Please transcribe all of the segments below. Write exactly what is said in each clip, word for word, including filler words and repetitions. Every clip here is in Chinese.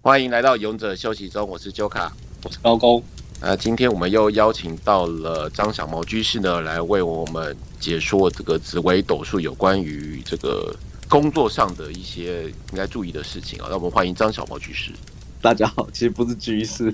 欢迎来到勇者休息中，我是啾卡， 我是高工。 呃，今天我们又邀请到了张小毛居士呢，来为我们解说这个紫微斗数有关于这个工作上的一些应该注意的事情啊。那我们欢迎张小毛居士。 大家好，其实不是居士。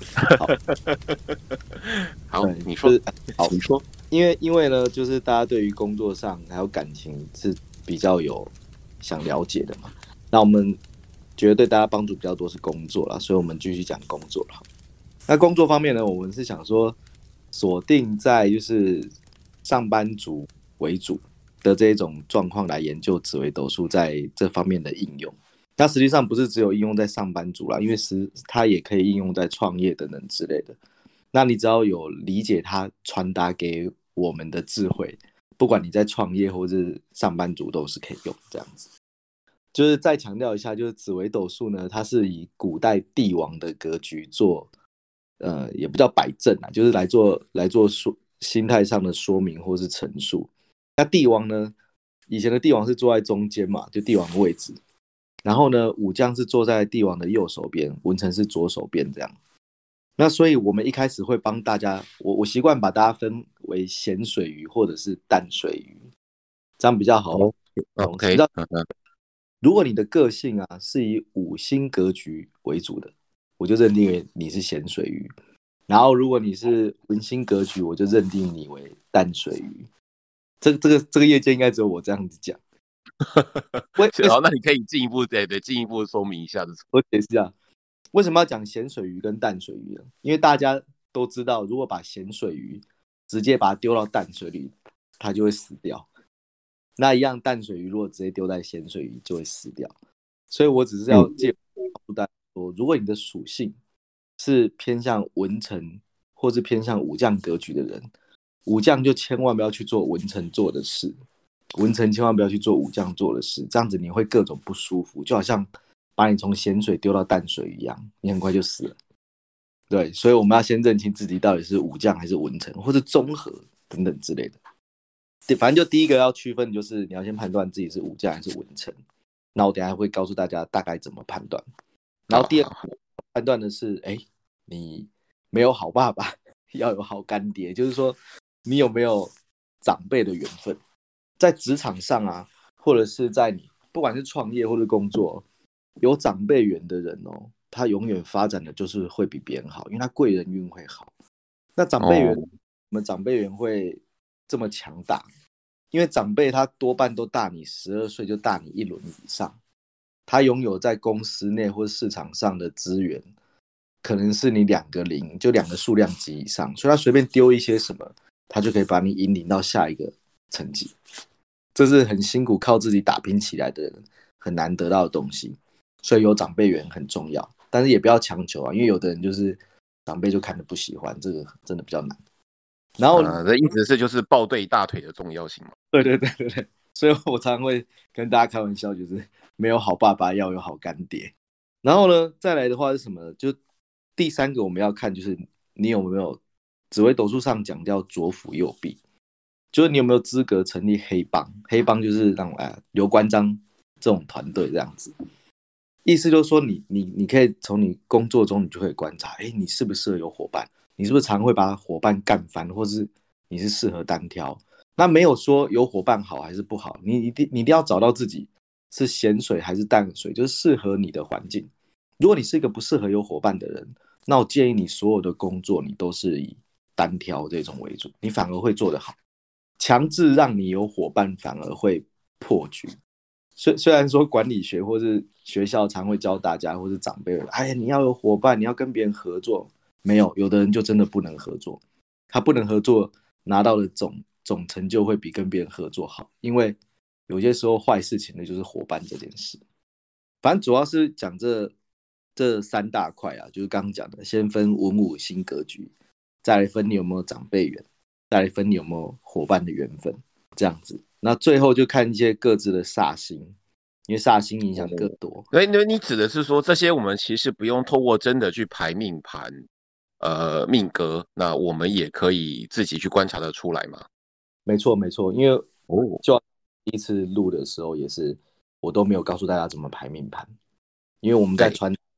好，好你说， 好， 你说。 因为因为呢，就是大家对于工作上还有感情是比较有想了解的嘛。那我们觉得对大家帮助比较多是工作啦，所以我们继续讲工作了。那工作方面呢，我们是想说锁定在就是上班族为主的这一种状况来研究紫微斗数在这方面的应用。它实际上不是只有应用在上班族啦，因为实它也可以应用在创业等等之类的。那你只要有理解它传达给我们的智慧，不管你在创业或是上班族都是可以用这样子。就是再强调一下，就是紫微斗数呢，它是以古代帝王的格局做，呃，也不叫摆正啊，就是来做来做说心态上的说明或是陈述。那帝王呢，以前的帝王是坐在中间嘛，就帝王的位置。然后呢，武将是坐在帝王的右手边，文臣是左手边这样。那所以我们一开始会帮大家，我我习惯把大家分为咸水鱼或者是淡水鱼，这样比较好。 哦、OK， 如果你的个性啊是以五星格局为主的，我就认定为你是咸水鱼；然后如果你是文星格局，我就认定你为淡水鱼。这这个这个业界应该只有我这样子讲。 好，那你可以进一步对对进一步说明一下的。 我解释一下，为什么要讲咸水鱼跟淡水鱼呢？因为大家都知道，如果把咸水鱼直接把它丢到淡水里，它就会死掉。那一样淡水鱼如果直接丢在咸水鱼就会死掉。所以我只是要借告诉大家说，如果你的属性是偏向文臣或是偏向武将格局的人，武将就千万不要去做文臣做的事，文臣千万不要去做武将做的事，这样子你会各种不舒服，就好像把你从咸水丢到淡水一样，你很快就死了。对，所以我们要先认清自己到底是武将还是文臣，或是综合等等之类的。反正就第一个要区分，就是你要先判断自己是武将还是文臣。那我等一下会告诉大家大概怎么判断。然后第二个判断的是，哎，你没有好爸爸，要有好干爹，就是说你有没有长辈的缘分。在职场上啊，或者是在你不管是创业或者工作，有长辈缘的人哦，他永远发展的就是会比别人好，因为他贵人运会好。那长辈缘，我们长辈缘会这么强大，因为长辈他多半都大你十二岁，就大你一轮以上。他拥有在公司内或市场上的资源，可能是你两个零，就两个数量级以上，所以他随便丢一些什么，他就可以把你引领到下一个层级。这是很辛苦靠自己打拼起来的人很难得到的东西，所以有长辈缘很重要，但是也不要强求啊，因为有的人就是长辈就看着不喜欢，这个真的比较难。然后， 呃，这意思是就是抱对大腿的重要性嘛？ 对对对对对，所以我常常会跟大家开玩笑，就是没有好爸爸，要有好干爹。然后呢，再来的话是什么？就第三个我们要看，就是你有没有紫微斗数上讲叫左辅右弼，就是你有没有资格成立黑帮？黑帮就是让哎刘关张这种团队这样子。意思就是说你，你你可以从你工作中，你就可以观察，哎，你适不适合有伙伴？你是不是常会把伙伴干翻，或是你是适合单挑？那没有说有伙伴好还是不好，你一定你一定要找到自己是咸水还是淡水，就是适合你的环境。如果你是一个不适合有伙伴的人，那我建议你所有的工作你都是以单挑这种为主，你反而会做得好。强制让你有伙伴，反而会破局。虽虽然说管理学或是学校常会教大家，或是长辈，哎呀，你要有伙伴，你要跟别人合作。没有，有的人就真的不能合作，他不能合作，拿到的总总成就会比跟别人合作好，因为有些时候坏事情的就是伙伴这件事。反正主要是讲这这三大块啊，就是刚刚讲的，先分文武星格局，再来分你有没有长辈缘，再来分你有没有伙伴的缘分，这样子。那最后就看一些各自的煞星，因为煞星影响更多。 所以你指的是说，这些我们其实不用透过真的去排命盘，呃，命格，那我们也可以自己去观察得出来吗？ 没错，没错，因为就第一次录的时候也是，我都没有告诉大家怎么排命盘，因为我们在传紫微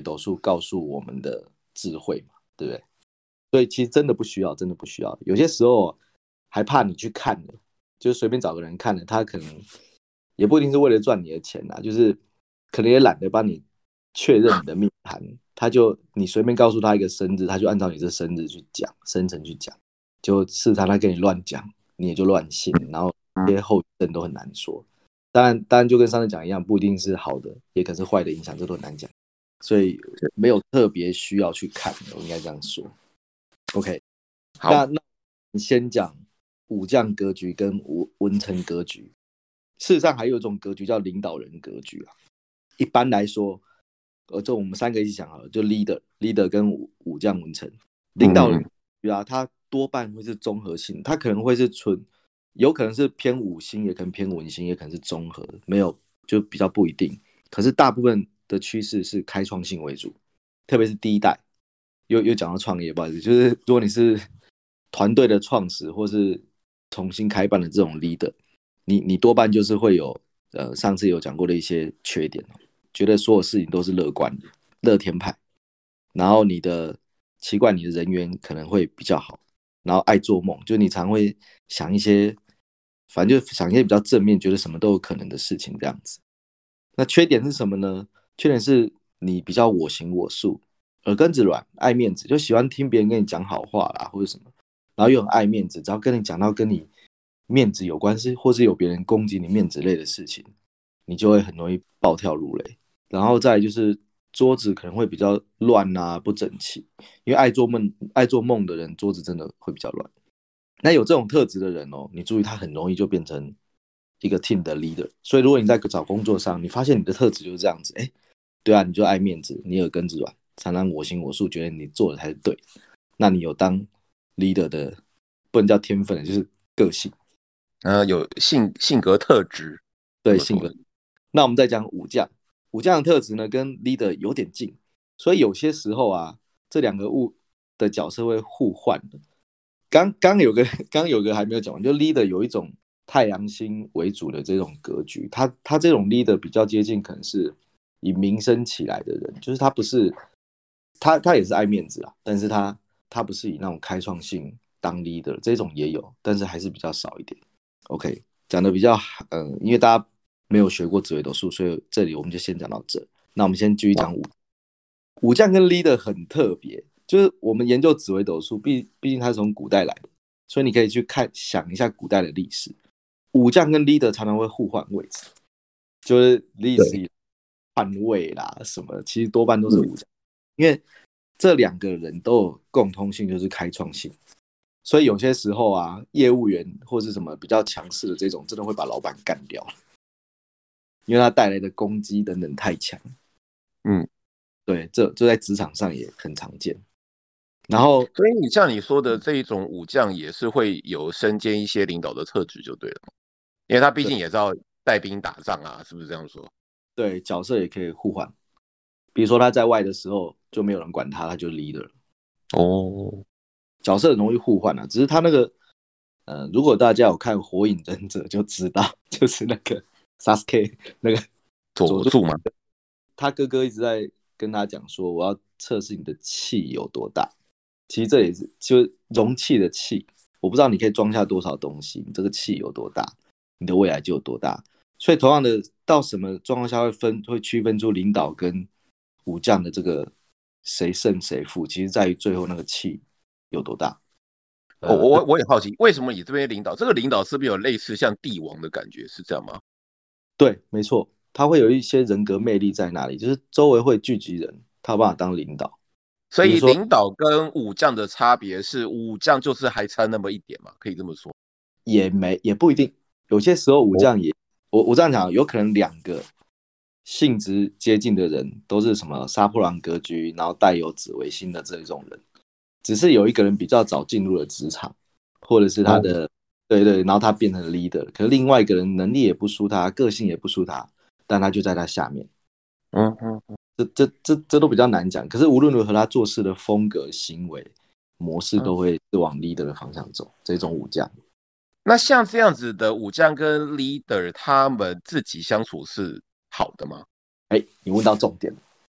微斗数告诉我们的智慧嘛，对不对？所以其实真的不需要，真的不需要。有些时候还怕你去看了，就随便找个人看了，他可能也不一定是为了赚你的钱啊，就是可能也懒得帮你确认你的命盘，他就你随便告诉他一个生日，他就按照你这生日去讲，生辰去讲，就事实上他跟你乱讲，你也就乱信，然后这些后遗症都很难说。当然，当然就跟上次讲一样，不一定是好的，也可能是坏的影响，这都很难讲。所以没有特别需要去看，我应该这样说。OK， 好， 那那你先讲武将格局跟文臣格局。事实上还有一种格局叫领导人格局啊。一般来说，呃，就我们三个一起讲好了，就 leader、leader 跟武将、文臣。领导人格局啊，它多半会是综合性，它可能会是纯，有可能是偏武星，也可能偏文星，也可能是综合，没有就比较不一定。可是大部分的趋势是开创性为主，特别是第一代。又又讲到创业，不好意思，就是如果你是团队的创始或是重新开办的这种 leader， 你你多半就是会有呃上次有讲过的一些缺点，觉得所有事情都是乐观的，乐天派，然后你的奇怪你的人缘可能会比较好，然后爱做梦，就你常会想一些，反正就想一些比较正面，觉得什么都有可能的事情这样子。那缺点是什么呢？缺点是你比较我行我素，耳根子软，爱面子，就喜欢听别人跟你讲好话啦，或者什么，然后又很爱面子，只要跟你讲到跟你面子有关系，或是有别人攻击你面子类的事情，你就会很容易暴跳如雷。然后再来就是桌子可能会比较乱啊，不整齐，因为爱做梦爱做梦的人，桌子真的会比较乱。那有这种特质的人哦，你注意他很容易就变成一个 team 的 leader。所以如果你在找工作上，你发现你的特质就是这样子，哎，对啊，你就爱面子，你耳根子软，常常我行我素，觉得你做的才是对，那你有当 leader 的，不能叫天分，就是个性， 呃，有性性格特质， 对性格。那我们再讲武将，武将的特质呢跟 leader 有点近，所以有些时候啊，这两个物的角色会互换的。刚刚有个刚有个还没有讲完，就 leader 有一种太阳星为主的这种格局，他他这种 leader 比较接近可能是以名声起来的人，就是他不是他他也是爱面子啊，但是他他不是以那种开创性当 leader， 这种也有，但是还是比较少一点。OK， 讲的比较嗯、呃，因为大家没有学过紫微斗数，所以这里我们就先讲到这。那我们先继续讲武武将跟 leader 很特别。就是我们研究紫微斗数，毕毕竟它是从古代来的，所以你可以去看想一下古代的历史，武将跟 leader 常常会互换位置，就是历史换位啦什么，其实多半都是武将，因为这两个人都有共通性，就是开创性，所以有些时候啊，业务员或是什么比较强势的这种，真的会把老板干掉，因为他带来的攻击等等太强。 嗯， 对，这这在职场上也很常见。然后， 所以你像你说的这一种武将，也是会有身兼一些领导的特质，就对了，因为他毕竟也是要带兵打仗啊，是不是这样说？ 对，角色也可以互换，比如说他在外的时候就没有人管他，他就 leader 了。 哦， 角色很容易互换啊，只是他那个，呃，如果大家有看《火影忍者》就知道，就是那个 Sasuke 那个佐助嘛， 他哥哥一直在跟他讲说，我要测试你的气有多大。其实这也是就容器的气，我不知道你可以装下多少东西，你这个气有多大，你的未来就有多大。所以同样的，到什么状况下会分会区分出领导跟武将的这个谁胜谁负，其实在于最后那个气有多大。 呃、我我我也好奇，为什么你这边领导这个领导是不是有类似像帝王的感觉，是这样吗？ 对，没错，他会有一些人格魅力在那里，就是周围会聚集人，他有办法当领导。 所以领导跟武将的差别是，武将就是还差那么一点嘛，可以这么说。 也没也不一定，有些时候武将也，我我这样讲，有可能两个性质接近的人都是什么杀破狼格局，然后带有紫微星的这种人，只是有一个人比较早进入了职场，或者是他的、哦、对对，然后他变成了 leader， 可是另外一个人能力也不输他，个性也不输他，但他就在他下面。 嗯嗯嗯， 这这这这都比较难讲。可是无论如何，他做事的风格、行为模式都会是往 leader 的方向走。这种武将， 那像这样子的武将跟 leader，他们自己相处是好的吗？ 哎，你问到重点了。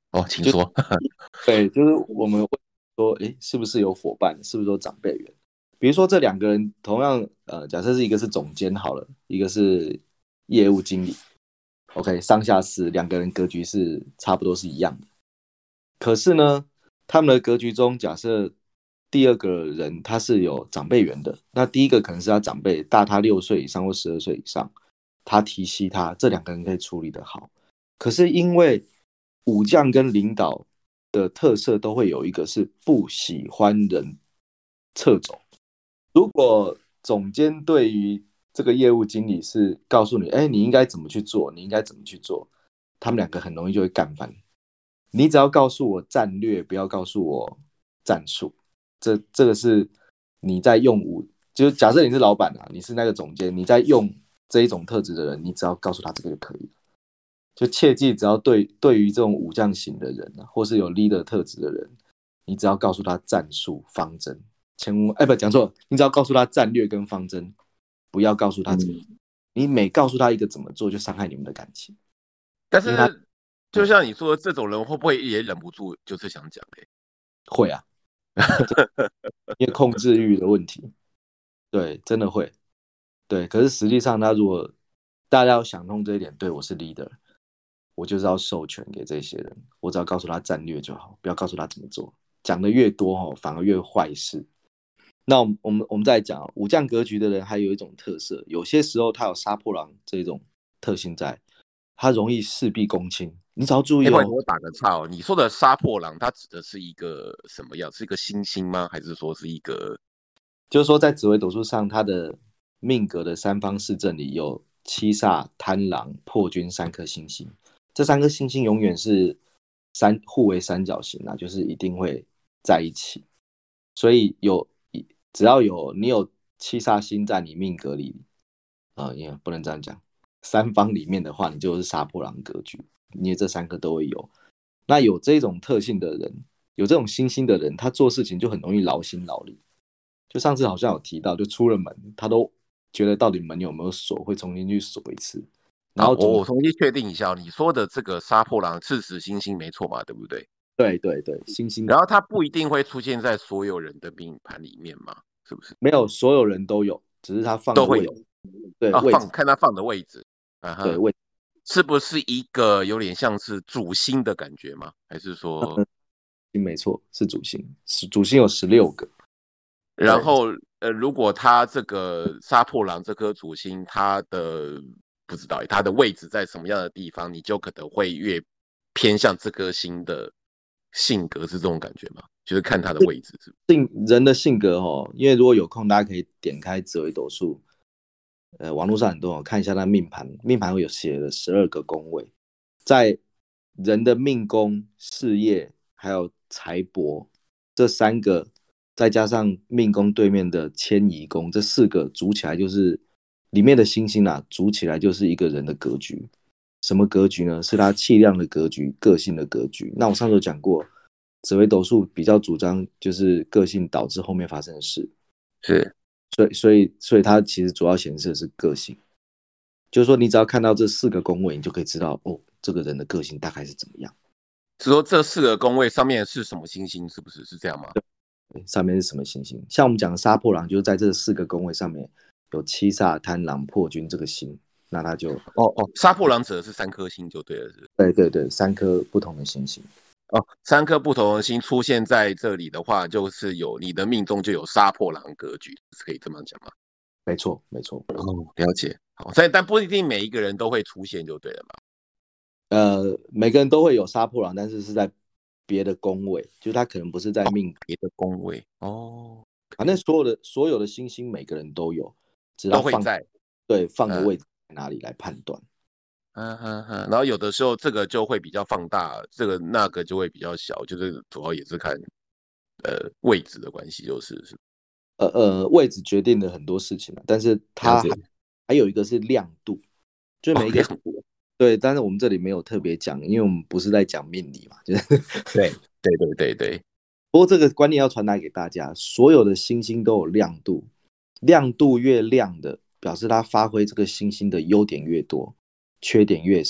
哦，请说。 对，就是我们会说，诶，是不是有伙伴？是不是有长辈缘？比如说这两个人同样，呃，假设是一个是总监好了，一个是业务经理，OK，上下司两个人格局是差不多是一样的。可是呢，他们的格局中，假设第二个人他是有长辈缘的，那第一个可能是他长辈大他六岁以上或十二岁以上，他提携他，这两个人可以处理得好。可是因为武将跟领导的特色都会有一个是不喜欢人侧走。如果总监对于这个业务经理是告诉你，哎，你应该怎么去做，你应该怎么去做，他们两个很容易就会干翻。你只要告诉我战略，不要告诉我战术。这这个是你在用武，就是假设你是老板啊，你是那个总监，你在用这一种特质的人，你只要告诉他这个就可以了。就切记，只要对对于这种武将型的人啊，或是有 leader 特质的人，你只要告诉他战术方针，千万哎不讲错，你只要告诉他战略跟方针，不要告诉他怎么。嗯、你每告诉他一个怎么做，就伤害你们的感情。 但是，就像你说，这种人会不会也忍不住就是想讲嘞？ 会啊，因为控制欲的问题，对，真的会。对，可是实际上，他如果大家要想通这一点，对我是 leader，我就是要授权给这些人，我只要告诉他战略就好，不要告诉他怎么做。讲的越多哦，反而越坏事。那我们我们我们再讲武将格局的人，还有一种特色，有些时候他有杀破狼这种特性在，他容易事必躬亲。你只要注意哦。 我打个岔哦，你说的杀破狼，它指的是一个什么样？是一个星星吗？还是说是一个？ 就是说，在紫微斗数上，它的命格的三方四正里有七煞、贪狼、破军三颗星星。这三颗星星永远是三互为三角形啊，就是一定会在一起。所以有只要有你有七煞星在你命格里，呃，也不能这样讲，三方里面的话，你就是杀破狼格局，因为这三颗都会有。那有这种特性的人，有这种星星的人，他做事情就很容易劳心劳力。就上次好像有提到，就出了门，他都觉得到底门有没有锁，会重新去锁一次。然后我我重新确定一下，你说的这个杀破狼是指星星没错嘛？对不对？ 对对对，星星。 然后它不一定会出现在所有人的命盘里面嘛？是不是？ 没有，所有人都有，只是他放的位置。 都会有。 对， 啊， 位置放看他放的位置。啊哈， 对位置， 是不是一个有点像是主星的感觉吗？还是说？ 嗯，没错，是主星，是主星有十六个。 然后，呃，如果他这个杀破狼这颗主星，它的不知道它的位置在什么样的地方，你就可能会越偏向这颗星的性格，是这种感觉吗？就是看他的位置是不是？ 性人的性格哦，因为如果有空，大家可以点开紫微斗数，呃，网络上很多哦，看一下那命盘，命盘会有写了十二个宫位，在人的命宫、事业还有财帛这三个，再加上命宫对面的迁移宫，这四个组起来就是里面的星星啊，组起来就是一个人的格局。什么格局呢？是他气量的格局，个性的格局。那我上次有讲过，紫微斗数比较主张就是个性导致后面发生的事， 是， 所以所以所以它其实主要显示的是个性，就是说你只要看到这四个宫位，你就可以知道哦，这个人的个性大概是怎么样。 是说这四个宫位上面是什么星星？是不是是这样吗？ 上面是什么星星？像我们讲的杀破狼，就是在这四个宫位上面有七煞、贪狼、破军这个星，那它就哦哦，杀破狼指的是三颗星就对了，是不是？ 对对对，三颗不同的星星。 哦，三颗不同的星出现在这里的话，就是有你的命中就有杀破狼格局，是可以这么讲吗？ 没错，没错。 哦，了解。好，但但不一定每一个人都会出现就对了嘛。 呃，每个人都会有杀破狼，但是是在别的宫位，就是他可能不是在命、 哦、别的宫位哦。 反正所有的所有的星星每个人都有，只都会在对放的位置在哪里来判断。 嗯嗯嗯，然后有的时候这个就会比较放大，这个那个就会比较小，就是主要也是看呃位置的关系，就是是。 呃呃，位置决定了很多事情，但是它还还有一个是亮度，就每一个、 哦、 对，但是我们这里没有特别讲，因为我们不是在讲命理嘛，就是对对对对对。 不过这个观念要传达给大家，所有的星星都有亮度，亮度越亮的，表示它发挥这个星星的优点越多，缺点越少，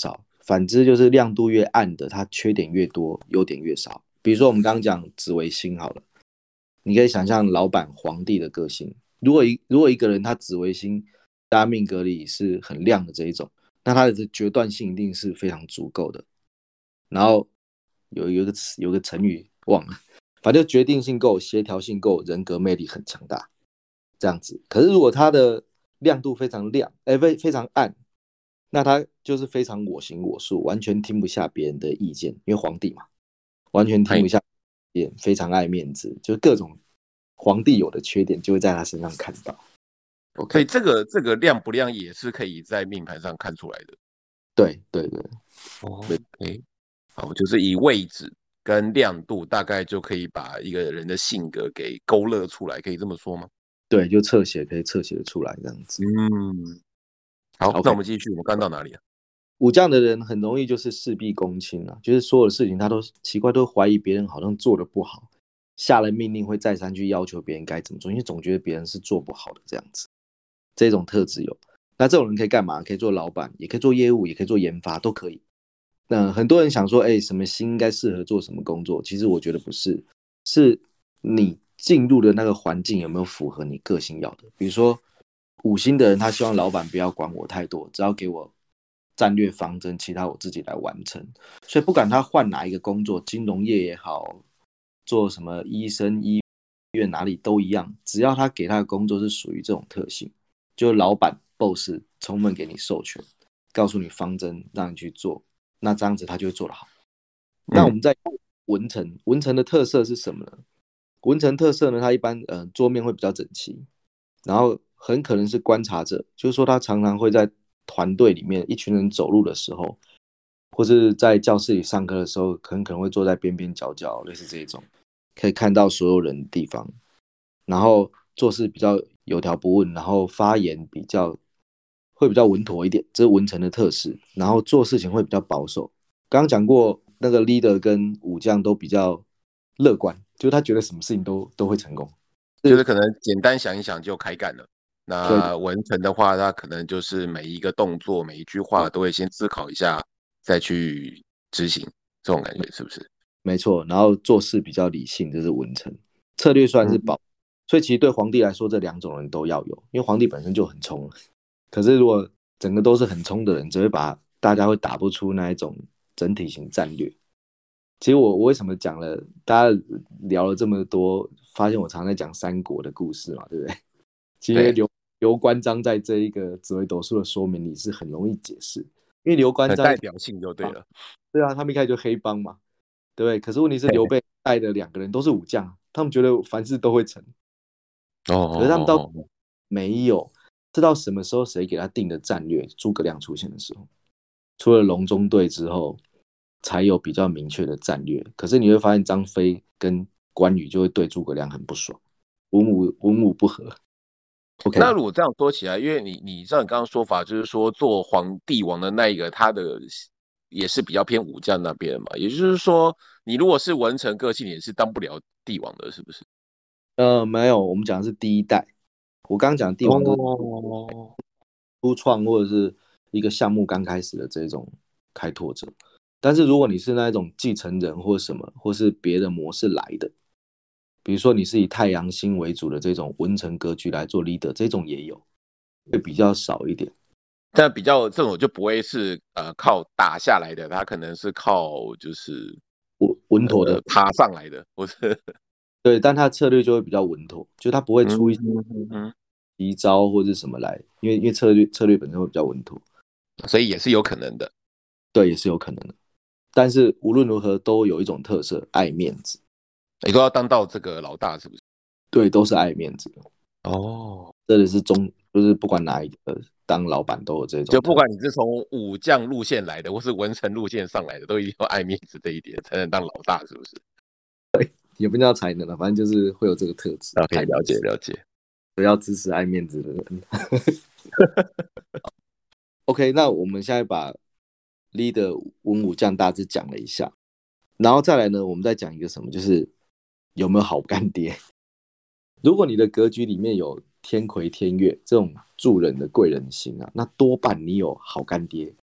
反之就是亮度越暗的，它缺点越多，优点越少。比如说我们刚刚讲紫微星好了，你可以想象老板皇帝的个性，如果一如果一个人他紫微星大命格里是很亮的这一种，那他的决断性一定是非常足够的。然后有有一个词有个成语忘了，反正决定性够，协调性够，人格魅力很强大，这样子。可是如果他的亮度非常亮，哎，非非常暗，那他就是非常我行我素，完全听不下别人的意见，因为皇帝嘛，完全听不下别人，非常爱面子，就是各种皇帝有的缺点就会在他身上看到。 Okay. 所以这个这个亮不亮也是可以在命盘上看出来的。 对对对。 哦 ，OK， 好，就是以位置跟亮度，大概就可以把一个人的性格给勾勒出来，可以这么说吗？ 对，就侧写可以侧写出来这样子。 嗯，好， okay. 那我们继续，我们刚到哪里啊？ 武将的人很容易就是事必躬亲啊，就是所有的事情他都奇怪，都怀疑别人好像做的不好，下了命令会再三去要求别人该怎么做，因为总觉得别人是做不好的这样子。这种特质有，那这种人可以干嘛？可以做老板，也可以做业务，也可以做研发，都可以。那很多人想说，哎，什么星应该适合做什么工作？其实我觉得不是，是你进入的那个环境有没有符合你个性要的。比如说五星的人，他希望老板不要管我太多，只要给我战略方针，其他我自己来完成。所以不管他换哪一个工作，金融业也好，做什么医生医院哪里都一样，只要他给他的工作是属于这种特性，就老板 boss 充分给你授权，告诉你方针，让你去做，那这样子他就会做得好。那我们在文成，文成的特色是什么呢？文成特色呢，它一般呃桌面会比较整齐，然后很可能是观察者，就是说他常常会在团队里面一群人走路的时候，或是在教室里上课的时候，很可能会坐在边边角角，类似这种可以看到所有人的地方，然后做事比较有条不紊，然后发言比较会比较稳妥一点，这是文成的特质。然后做事情会比较保守。刚刚讲过，那个 leader 跟武将都比较乐观，就是他觉得什么事情都都会成功， 就是可能简单想一想就开干了。那文成的话，他可能就是每一个动作、每一句话都会先思考一下，再去执行，这种感觉是不是？ 没错，然后做事比较理性，这是文成。策略算是保、嗯，所以其实对皇帝来说，这两种人都要有，因为皇帝本身就很冲。可是如果整个都是很冲的人，只会把大家会打不出那一种整体型战略。其实我我为什么讲了，大家聊了这么多，发现我常在讲三国的故事嘛，对不对？其实刘刘关张在这一个紫微斗数的说明里是很容易解释，因为刘关张代表性就对了。 对啊，他们一开始就黑帮嘛，对不对？可是问题是刘备带的两个人都是武将，他们觉得凡事都会成。 哦， 可是他们到没有，知道什么时候谁给他定的战略。诸葛亮出现的时候，出了隆中对之后，才有比较明确的战略。可是你会发现张飞跟关羽就会对诸葛亮很不爽，文武文武不合。Okay. 那如果这样说起来，因为你你知道你刚刚说法就是说做皇帝王的那一个，他的也是比较偏武将那边嘛，也就是说，你如果是文成个性，也是当不了帝王的，是不是？ 呃，没有，我们讲的是第一代。我刚刚讲帝王都是初创或者是一个项目刚开始的这种开拓者，但是如果你是那一种继承人或什么，或是别的模式来的，比如说你是以太阳星为主的这种文成格局来做 leader， 这种也有，会比较少一点。 但比较这种就不会是呃靠打下来的，他可能是靠就是稳妥的、 呃、爬上来的，或者对，但他的策略就会比较稳妥，就他不会出一些奇招或者什么来，因为因为策略策略本身会比较稳妥， 所以也是有可能的。 对，也是有可能的。但是无论如何都有一种特色，爱面子。 你都要当到这个老大，是不是？ 对，都是爱面子的。 哦， 这里是中，就是不管哪一个当老板都有这种， 就不管你是从武将路线来的，或是文成路线上来的，都一定要爱面子这一点才能当老大，是不是？ 对，也不叫才能了，反正就是会有这个特质。 OK， 了解了解。 不要支持爱面子的人。OK， 那我们现在把 leader 文武将大致讲了一下，然后再来呢，我们再讲一个什么，就是有没有好干爹。如果你的格局里面有天魁天月这种助人的贵人星啊，那多半你有好干爹，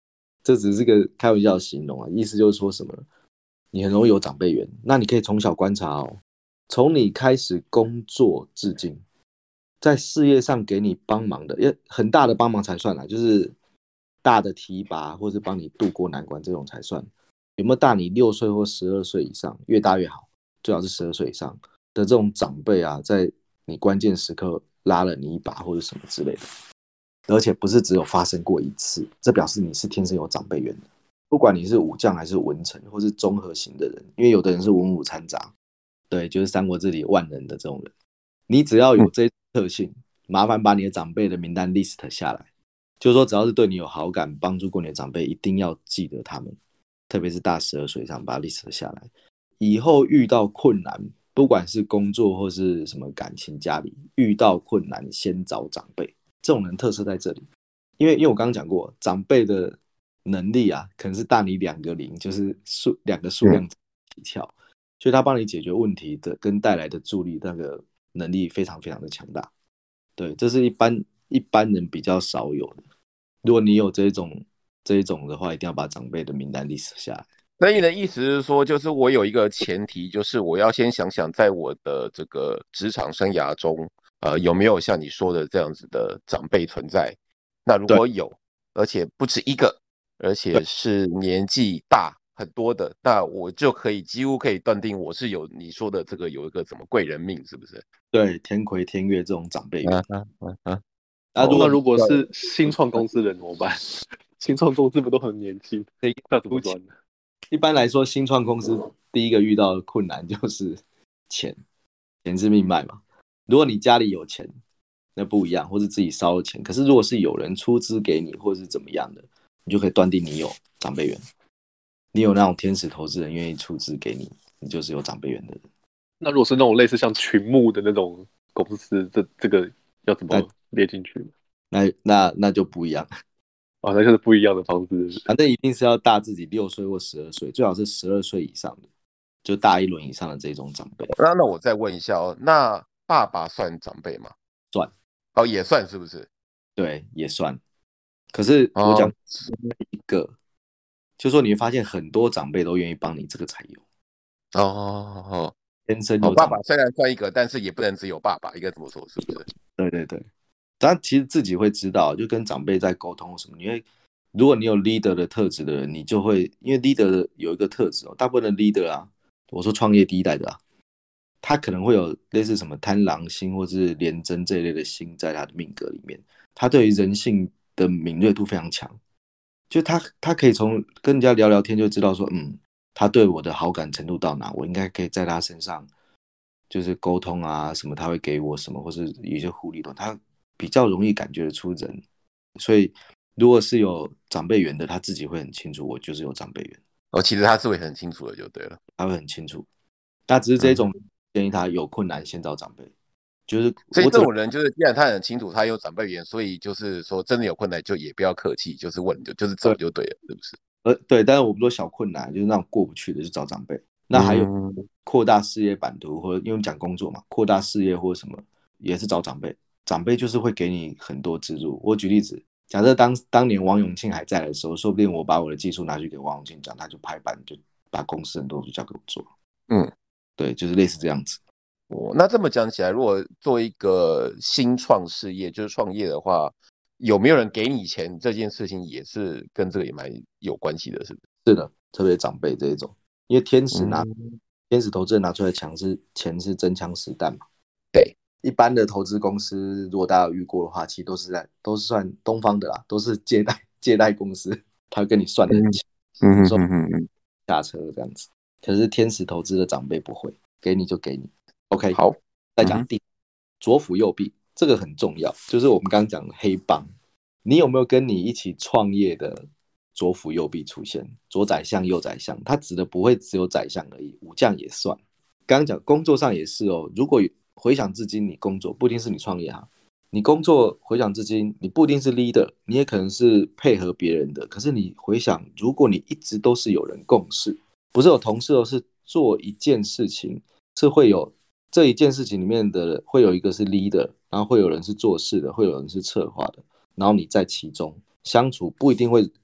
这只是个开玩笑的形容啊，意思就是说什么？你很容易有长辈缘，那你可以从小观察哦，从你开始工作至今，在事业上给你帮忙的，也很大的帮忙才算啦，就是大的提拔或是帮你渡过难关这种才算。有没有大你六岁或十二岁以上，越大越好，最好是十二岁以上的这种长辈啊，在你关键时刻拉了你一把或者什么之类的，而且不是只有发生过一次，这表示你是天生有长辈缘的。不管你是武将还是文臣，或是综合型的人，因为有的人是文武掺杂，对，就是三国志里万能的这种人，你只要有这特性，麻烦把你的长辈的名单 list 下来，就是说只要是对你有好感、帮助过你的长辈，一定要记得他们，特别是大十二岁以上，把它 list 下来。以后遇到困难，不管是工作或是什么感情、家里遇到困难，先找长辈。这种人特色在这里，因为因为我刚刚讲过，长辈的能力啊，可能是大你两个零，就是数两个数量起跳，所以他帮你解决问题的跟带来的助力，那个能力非常非常的强大。对，这是一般一般人比较少有的。如果你有这种这一种的话，一定要把长辈的名单 list 下来。 那你的意思是说，就是我有一个前提，就是我要先想想，在我的这个职场生涯中，呃，有没有像你说的这样子的长辈存在？那如果有，而且不止一个，而且是年纪大很多的，那我就可以几乎可以断定我是有你说的这个有一个什么贵人命，是不是？ 对，天魁天月这种长辈缘。 啊啊啊啊！ 啊，如果那如果是新创公司的人怎么办？新创公司不都很年轻？那怎么算呢？ 一般来说，新创公司第一个遇到的困难就是钱，钱是命脉嘛。如果你家里有钱，那不一样，或是自己烧了钱。可是如果是有人出资给你，或是怎么样的，你就可以断定你有长辈缘。你有那种天使投资人愿意出资给你，你就是有长辈缘的人。 那如果是那种类似像群募的那种公司，这这个要怎么列进去？ 那那那就不一样。 哦，那就是不一样的方式。 反正一定是要大自己六岁或十二岁，最好是十二岁以上的，就大一轮以上的这种长辈。 那那我再问一下哦，那爸爸算长辈吗？ 算。 哦，也算是不是？ 对，也算。可是我讲一个，哦、就说你会发现很多长辈都愿意帮你，这个才有。 哦哦哦， 天生有哦，爸爸虽然算一个，但是也不能只有爸爸，应该怎么说？是不是？ 对对对。但其实自己会知道，就跟长辈在沟通什么，你会，如果你有 leader 的特质的人，你就会，因为 leader 有一个特质哦，大部分的 leader 啊，我说创业第一代的啊，他可能会有类似什么贪狼星或是廉贞这一类的星在他的命格里面，他对于人性的敏锐度非常强，就他他可以从跟人家聊聊天就知道说，嗯，他对我的好感程度到哪，我应该可以在他身上就是沟通啊什么，他会给我什么，或是有一些互利的，他比较容易感觉得出人，所以如果是有长辈缘的，他自己会很清楚，我就是有长辈缘。 哦，其实他是会很清楚的，就对了， 他会很清楚。那只是这种建议他有困难先找长辈，就是所以这种人就是既然他很清楚他有长辈缘，所以就是说真的有困难就也不要客气，就是问就就是找就对了，是不是？ 呃，对，但是我们说小困难就是那种过不去的，就找长辈。那还有扩大事业版图，或者因为讲工作嘛，扩大事业或什么也是找长辈。长辈就是会给你很多资助。我举例子，假设当当年王永庆还在的时候，说不定我把我的技术拿去给王永庆讲，他就拍板就把公司很多就交给我做。 嗯， 对，就是类似这样子。 哦，那这么讲起来，如果做一个新创事业，就是创业的话，有没有人给你钱这件事情，也是跟这个也蛮有关系的，是不是？ 是的，特别长辈这一种，因为天使拿、嗯、天使投资人拿出来强是钱是真枪实弹嘛。 对。 一般的投资公司，如果大家有遇过的话，其实都是在都是算东方的啦，都是借贷借贷公司，他会跟你算的很清， 嗯嗯嗯嗯， 下车这样子。可是天使投资的长辈不会，给你就给你。OK， 好， 再讲第、嗯、左辅右弼，这个很重要，就是我们刚刚讲的黑帮，你有没有跟你一起创业的左辅右弼出现？左宰相右宰相，他指的不会只有宰相而已，武将也算。刚刚讲工作上也是哦，如果回想至今，你工作不一定是你创业哈，你工作回想至今，你不一定是 leader， 你也可能是配合别人的。可是你回想，如果你一直都是有人共事，不是有同事哦，是做一件事情，是会有这一件事情里面的会有一个是 leader， 然后会有人是做事的，会有人是策划的，然后你在其中相处，不一定会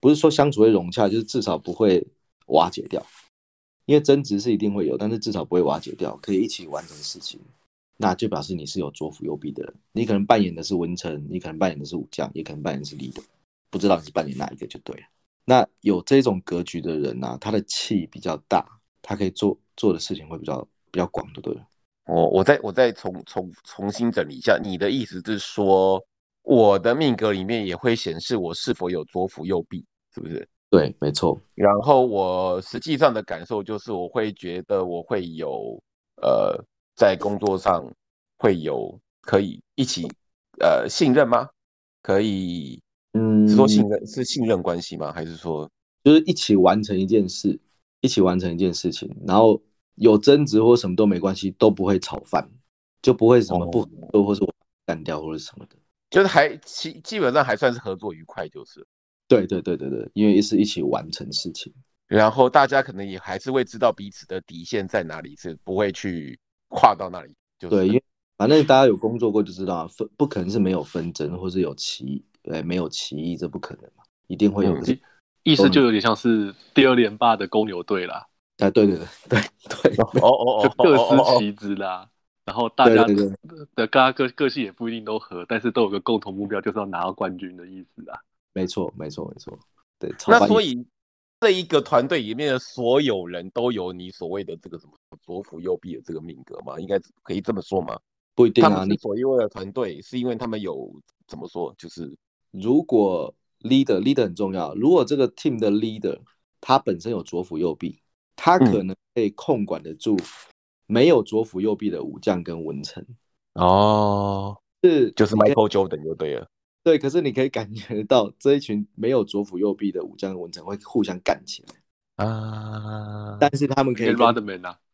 不是说相处会融洽，就是至少不会瓦解掉。因为争执是一定会有，但是至少不会瓦解掉，可以一起完成事情，那就表示你是有左辅右弼的人。你可能扮演的是文成，你可能扮演的是武将，也可能扮演的是leader，不知道你是扮演哪一个就对了。那有这种格局的人啊，他的气比较大，他可以做做的事情会比较比较广，就对了。 我我再我再重重重新整理一下，你的意思是说，我的命格里面也会显示我是否有左辅右弼，是不是？ 对，没错。 然后我实际上的感受就是，我会觉得我会有呃，在工作上会有可以一起呃信任吗？可以， 嗯， 是说信任是信任关系吗？还是说就是一起完成一件事，一起完成一件事情，然后有争执或什么都没关系，都不会吵翻，就不会什么不合作或是我干掉或者什么的。 就是还基基本上还算是合作愉快，就是。 对对对对对，因为是一起完成事情， 然后大家可能也还是会知道彼此的底线在哪里，是不会去跨到那里。就是、 对，因为反正大家有工作过就知道，分不可能是没有纷争或是有歧，对，没有歧义，这不可能嘛，一定会有。 嗯、 可是意思就有点像是第二连霸的公牛队啦。 啊，对对对对对， 哦哦就哦各司哦其职啦。然后大家对对对的大家个个性也不一定都合，但是都有个共同目标，就是要拿到冠军的意思啊。 没错没错没错，对。 那所以这一个团队里面的所有人都有你所谓的这个什么左辅右弼的这个命格吗？应该可以这么说吗？ 不一定啊， 他们之所以为了团队，是因为他们有怎么说？就是如果 leader leader 很重要，如果这个 team 的 leader 他本身有左辅右弼，他可能可以控管得住没有左辅右弼的武将跟文臣。 哦， 是就是 Michael Jordan 就对了。 对，可是你可以感觉到这一群没有左辅右弼的武将跟文臣会互相干起来啊， 但是他们可以跟 Rodman 啊，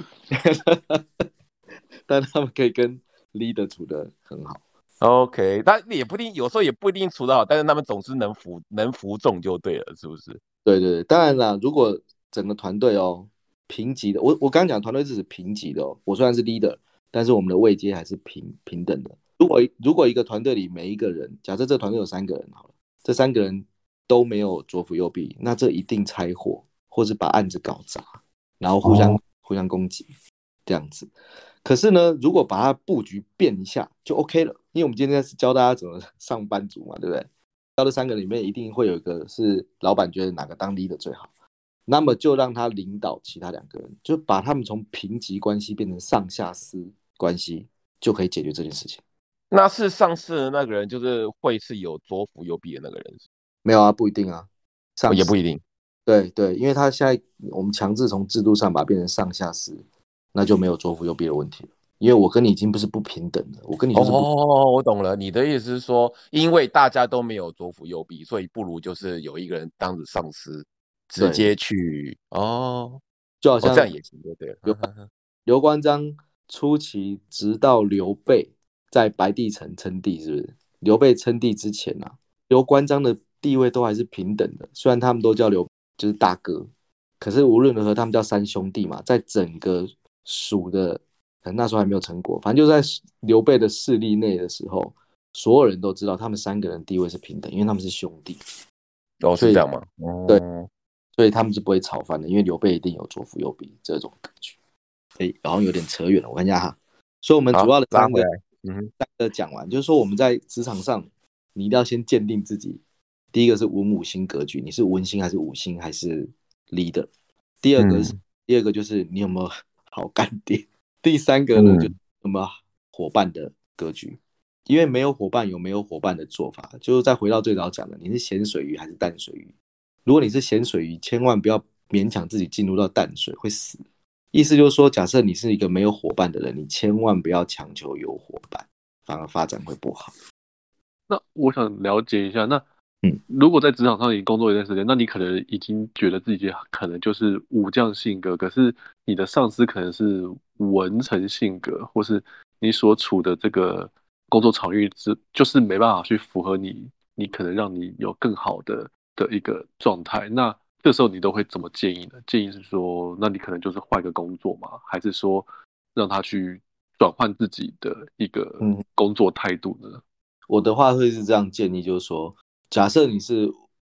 但他们可以跟 leader 处得很好。 OK，但也不一定，有时候也不一定处得好，但是他们总是能服能服众就对了，是不是？ 对对对，当然啦，如果整个团队哦平级的，我我刚刚讲团队是指平级的哦，我虽然是 leader，但是我们的位阶还是平平等的。如果如果一个团队里每一个人，假设这个团队有三个人好了，这三个人都没有左辅右弼，那这一定拆伙，或是把案子搞砸，然后互相、哦、互相攻击这样子。可是呢，如果把它布局变一下就 OK 了，因为我们今天是教大家怎么上班族嘛，对不对？教这三个里面一定会有一个是老板觉得哪个当 leader 最好，那么就让他领导其他两个人，就把他们从平级关系变成上下司关系，就可以解决这件事情。 那是上司的那个人，就是会是有左辅右弼的那个人？ 没有啊，不一定啊， 哦、也不一定。 对对，因为他现在我们强制从制度上把它变成上下司，那就没有左辅右弼的问题了。因为我跟你已经不是不平等了，我跟你就是不哦，我懂了，你的意思是说，因为大家都没有左辅右弼，所以不如就是有一个人当着上司，直接去哦， 就好像、 哦、这样也行，对不对？ 刘关张初期直到刘备在白帝城称帝，是不是？刘备称帝之前啊，刘关张的地位都还是平等的，虽然他们都叫刘就是大哥，可是无论如何他们叫三兄弟嘛，在整个蜀的。可能那时候还没有成果，反正就在刘备的势力内的时候，所有人都知道他们三个人地位是平等，因为他们是兄弟。 哦，是这样吗？ 对，所以他们是不会吵翻的，因为刘备一定有左辅右弼这种感觉。哎，好像有点扯远了，我看一下哈。所以我们主要的三个，嗯，三个讲完，就是说我们在职场上，你一定要先鉴定自己。第一个是文武星格局，你是文星还是武星还是 leader？ 第二个是、嗯、第二个就是你有没有好干爹？第三个呢，就有没有伙伴的格局，因为没有伙伴有没有伙伴的做法，就是再回到最早讲的，你是咸水鱼还是淡水鱼？如果你是咸水鱼，千万不要勉强自己进入到淡水，会死。意思就是说，假设你是一个没有伙伴的人，你千万不要强求有伙伴，反而发展会不好。 那我想了解一下，那嗯，如果在职场上你工作一段时间，那你可能已经觉得自己可能就是武将性格，可是你的上司可能是文臣性格，或是你所处的这个工作场域是就是没办法去符合你，你可能让你有更好的的一个状态。那这时候你都会怎么建议呢？建议是说，那你可能就是换个工作吗？还是说让他去转换自己的一个工作态度呢？ 嗯，我的话会是这样建议，就是说。假设你是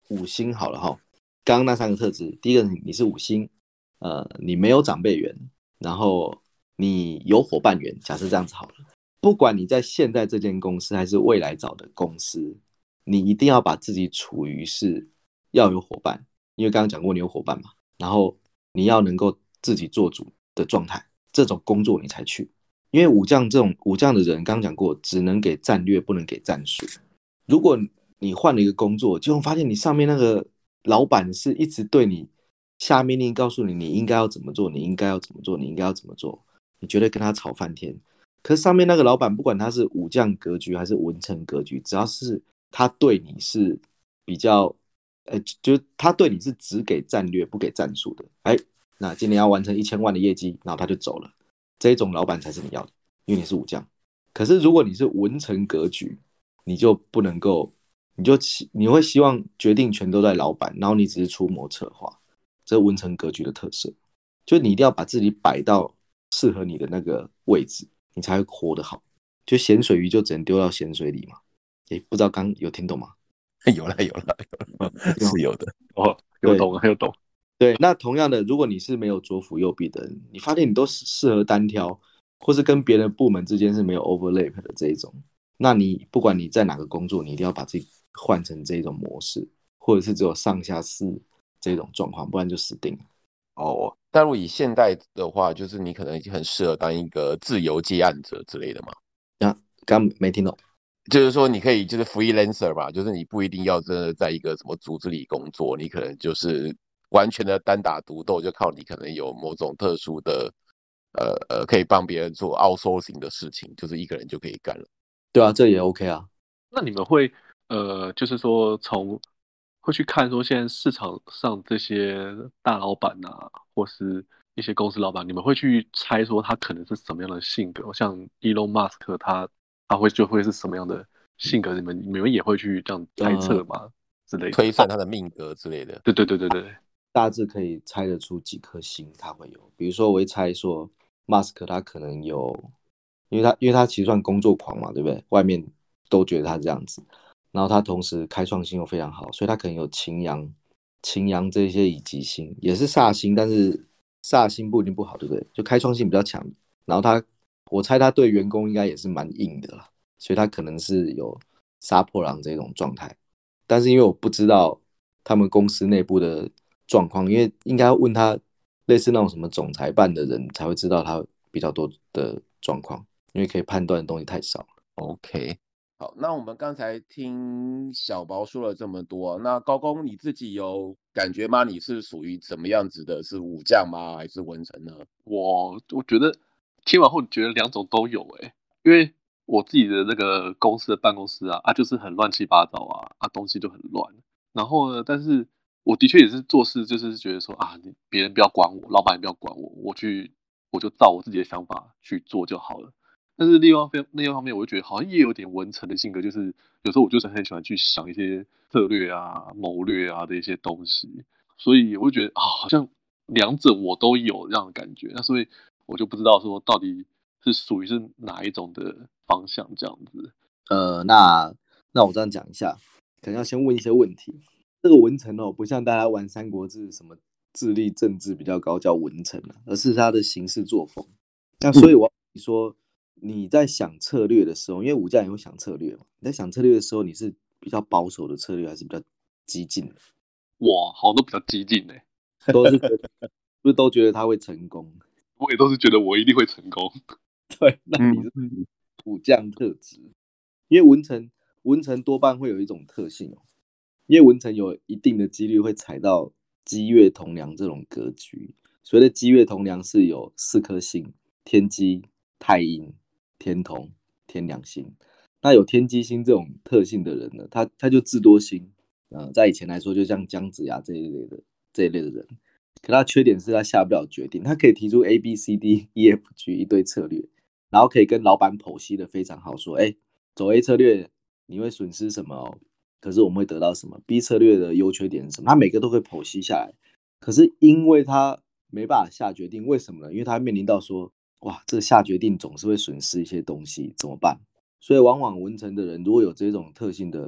五星好了哈，刚刚那三个特质，第一个你是五星，呃，你没有长辈缘，然后你有伙伴缘，假设这样子好了。不管你在现在这间公司还是未来找的公司，你一定要把自己处于是要有伙伴，因为刚刚讲过你有伙伴嘛，然后你要能够自己做主的状态，这种工作你才去。因为武将这种武将的人，刚刚讲过，只能给战略，不能给战术。如果你换了一个工作，结果发现你上面那个老板是一直对你下命令，告诉你你应该要怎么做，你应该要怎么做，你应该要怎么做，你绝对跟他吵翻天。可是上面那个老板，不管他是武将格局还是文臣格局，只要是他对你是比较，呃，就是他对你是只给战略不给战术的，哎，那今年要完成一千万的业绩，然后他就走了，这种老板才是你要的，因为你是武将。可是如果你是文臣格局，你就不能够，你就你会希望决定权都在老板，然后你只是出谋策划，这是文臣格局的特色，就你一定要把自己摆到适合你的那个位置。你才会活得好，就咸水鱼就只能丢到咸水里嘛。诶，不知道刚有听懂吗？ 有了，有了，有了，是有的。 哦，有懂了，有懂。 对，那同样的，如果你是没有左辅右弼的人，你发现你都适合单挑，或是跟别的部门之间是没有 overlap 的这一种，那你不管你在哪个工作，你一定要把自己换成这种模式，或者是只有上下司这种状况，不然就死定了。 哦，但如果以现代的话，就是你可能已经很适合当一个自由接案者之类的嘛。 啊，刚没听懂。 就是说你可以就是 freelancer 吧，就是你不一定要真的在一个什么组织里工作，你可能就是完全的单打独斗，就靠你可能有某种特殊的呃呃可以帮别人做 outsourcing 的事情，就是一个人就可以干了。 对啊，这也 OK 啊。 那你们会呃，就是说从会去看说现在市场上这些大老板啊，或是一些公司老板，你们会去猜说他可能是什么样的性格？像 Elon Musk 他他会就会是什么样的性格？你们你们也会去这样猜测吗？呃、之类的， 推算他的命格之类的。 对对对对对， 大致可以猜得出几颗星他会有。比如说，我会猜说 Musk 他可能有，因为他因为他其实算工作狂嘛，对不对？外面都觉得他这样子。然后他同时开创性又非常好，所以他可能有擎羊、擎羊这些以及星，也是煞星，但是煞星不一定不好，对不对？就开创性比较强。然后他，我猜他对员工应该也是蛮硬的啦，所以他可能是有杀破狼这种状态。但是因为我不知道他们公司内部的状况，因为应该要问他类似那种什么总裁办的人才会知道他比较多的状况，因为可以判断的东西太少了。 OK。好，那我们刚才听小薄说了这么多，那高公你自己有感觉吗？你是属于怎么样子的？是武将吗？还是文臣呢？ 我我觉得听完后觉得两种都有诶、欸，因为我自己的那个公司的办公室啊，啊就是很乱七八糟啊，啊东西就很乱。然后呢，但是我的确也是做事，就是觉得说啊，你别人不要管我，老板也不要管我，我去我就照我自己的想法去做就好了。但是另外一方另外一方面，我就觉得好像也有点文臣的性格，就是有时候我就是很喜欢去想一些策略啊、谋略啊的一些东西，所以我就觉得啊，好像两者我都有这样的感觉。那所以我就不知道说到底是属于是哪一种的方向这样子。 呃，那那我这样讲一下，可能要先问一些问题。这个文臣哦，不像大家玩《三国志》什么智力政治比较高叫文臣啊，而是他的行事作风。那所以我要说，你在想策略的时候，因为武将也会想策略嘛，你在想策略的时候，你是比较保守的策略，还是比较激进的？ 哇，好像都比较激进哎， 都是不是都觉得他会成功？ 我也都是觉得我一定会成功。 对，那你是武将特质，因为文臣文臣多半会有一种特性哦，因为文臣有一定的几率会踩到机月同梁这种格局。所谓的机月同梁是有四颗星：天机、太阴、天同、天梁星。那有天机星这种特性的人呢，他他就智多星。呃，在以前来说，就像姜子牙这一类的这一类的人，可他缺点是他下不了决定。他可以提出 A B C D E F G 一堆策略，然后可以跟老板剖析的非常好，说，哎，走 A 策略你会损失什么哦？可是我们会得到什么 ？B 策略的优缺点是什么？他每个都会剖析下来。可是因为他没办法下决定，为什么呢？因为他面临到说，哇，这个下决定总是会损失一些东西，怎么办？所以往往文臣的人如果有这种特性的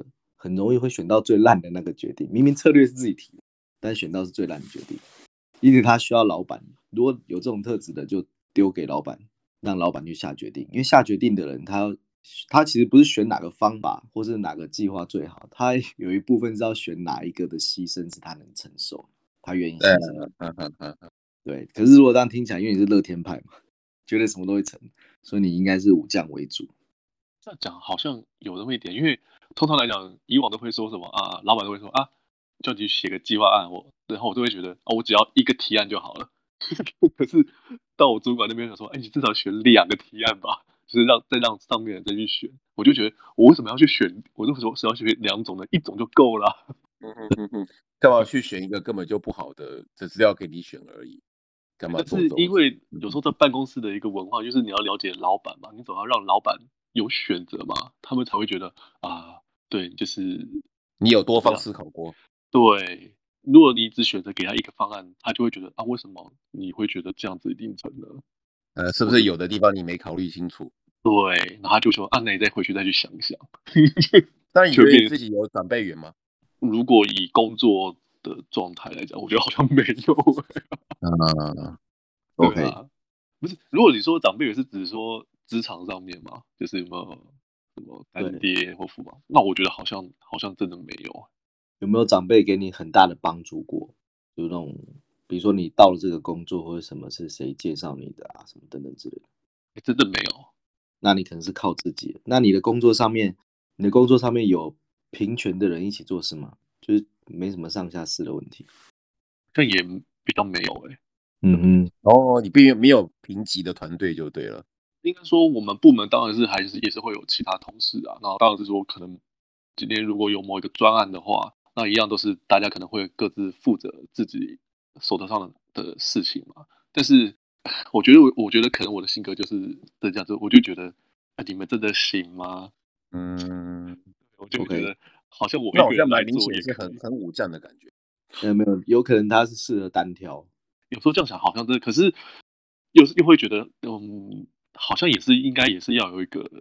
很容易会选到最烂的那个决定。明明策略是自己提的，但选到是最烂的决定，因此他需要老板。如果有这种特质的，就丢给老板，让老板去下决定。因为下决定的人他，他其实不是选哪个方法或是哪个计划最好，他有一部分是要选哪一个的牺牲是他能承受，他愿意牺牲。对，可是如果这样听起来，因为你是乐天派嘛，觉得什么都会成，所以你应该是武将为主。 这样讲好像有那么一点，因为通常来讲，以往都会说什么啊，老板都会说啊，叫你写个计划案，我然后我都会觉得哦，我只要一个提案就好了。可是到我主管那边想说，哎，你至少选两个提案吧，就是让再让上面人再去选。我就觉得我为什么要去选？我为什么要选两种呢？一种就够了。 嗯哼哼哼，干嘛去选一个根本就不好的，只是要给你选而已？干嘛做这种？ 是因为有时候在办公室的一个文化，就是你要了解老板嘛，你总要让老板有选择嘛，他们才会觉得啊，对，就是你有多方思考过。 对，如果你只选择给他一个方案，他就会觉得啊，为什么你会觉得这样子一定成呢？ 呃，是不是有的地方你没考虑清楚？ 对，然后他就说啊，那你再回去再去想一想。 那你觉得你自己有长辈缘吗？ 如果以工作的状态来讲，我觉得好像没有。 嗯 ，OK， 不是，如果你说长辈缘是指说职场上面嘛，就是有没有什么干爹或父母？那我觉得好像好像真的没有。 有没有长辈给你很大的帮助过？就那种，比如说你到了这个工作或者什么是谁介绍你的啊，什么等等之类的。 欸、真的没有。 那你可能是靠自己。那你的工作上面，你的工作上面有平权的人一起做事吗？就是没什么上下司的问题。 这也比较没有哎、欸。 嗯嗯， 哦，你并没有评级的团队就对了。 应该说我们部门当然是还是也是会有其他同事啊，然后当然是说可能今天如果有某一个专案的话，那一样都是大家可能会各自负责自己手头上的的事情嘛。但是我觉得我我觉得可能我的性格就是这样子，我就觉得啊，你们真的行吗？ 嗯， 我就觉得 OK 好像我一那我个人来这样蛮明做也可以。 显是很很武将的感觉。 没有没有，有可能他是适合单挑。 有时候这样想好像真的，可是又又会觉得，嗯，好像也是应该也是要有一个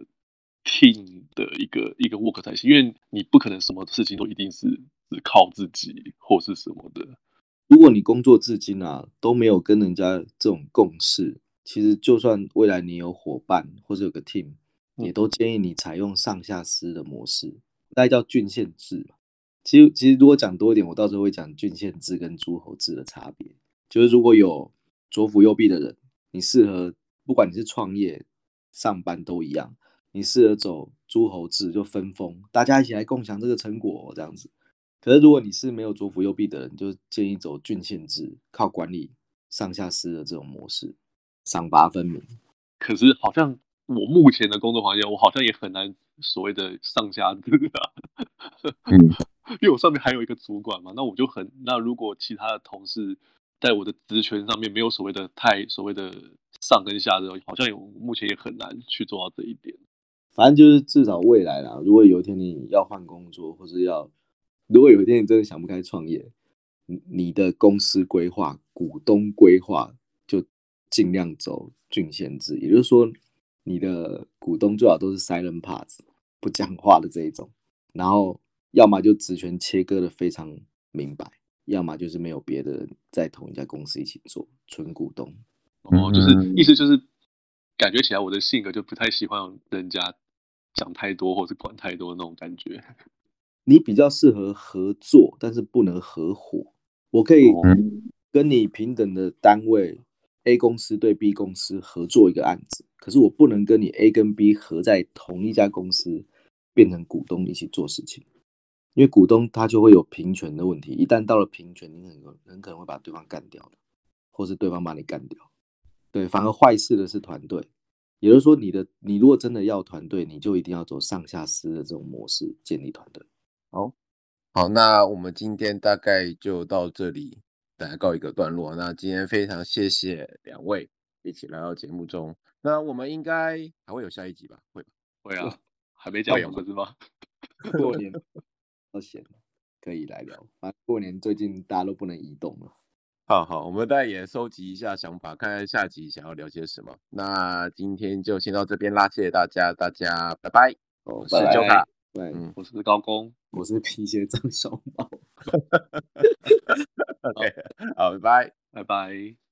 team 的一个一个 work 才行，因为你不可能什么事情都一定是只靠自己或是什么的。 如果你工作至今啊都没有跟人家这种共识，其实就算未来你有伙伴或者有个 team，也都建议你采用上下司的模式，大概叫郡县制。其实其实如果讲多一点，我到时候会讲郡县制跟诸侯制的差别。就是如果有左辅右弼的人，你适合不管你是创业、上班都一样，你适合走诸侯制，就分封，大家一起来共享这个成果、哦、这样子。可是如果你是没有左辅右弼的人，就建议走郡县制，靠管理上下司的这种模式，赏罚分明。 可是好像我目前的工作环境，我好像也很难所谓的上下制啊。 嗯， 因为我上面还有一个主管嘛，那我就很那如果其他的同事在我的职权上面没有所谓的太所谓的上跟下的，好像我目前也很难去做到这一点。 反正就是至少未来啦，如果有一天你要换工作，或是要如果有一天你真的想不开创业，你的公司规划、股东规划就尽量走郡县制，也就是说，你的股东最好都是 silent parts， 不讲话的这一种，然后要么就职权切割的非常明白，要么就是没有别的人在同一家公司一起做，纯股东。 哦，就是意思就是感觉起来我的性格就不太喜欢人家讲太多或是管太多的那种感觉。 你比较适合合作，但是不能合伙。我可以跟你平等的单位 A 公司对 B 公司合作一个案子，可是我不能跟你 A 跟 B 合在同一家公司变成股东一起做事情，因为股东他就会有平权的问题，一旦到了平权，你很很可能会把对方干掉的，或是对方把你干掉。对，反而坏事的是团队。也就是说，你的你如果真的要团队，你就一定要走上下司的这种模式建立团队。 好，好，那我们今天大概就到这里，大家告一个段落。那今天非常谢谢两位一起来到节目中。那我们应该还会有下一集吧？会吧？ 会啊，还没讲完不是吗？ 过年要闲，可以来聊。反正过年最近大家都不能移动了。 好好，我们大家也收集一下想法，看看下集想要聊些什么。那今天就先到这边啦，谢谢大家，大家拜拜。 哦， 我是 Joka。 对， 嗯， 我是高工， 我是皮鞋张小猫。 OK，好，拜拜。 拜拜。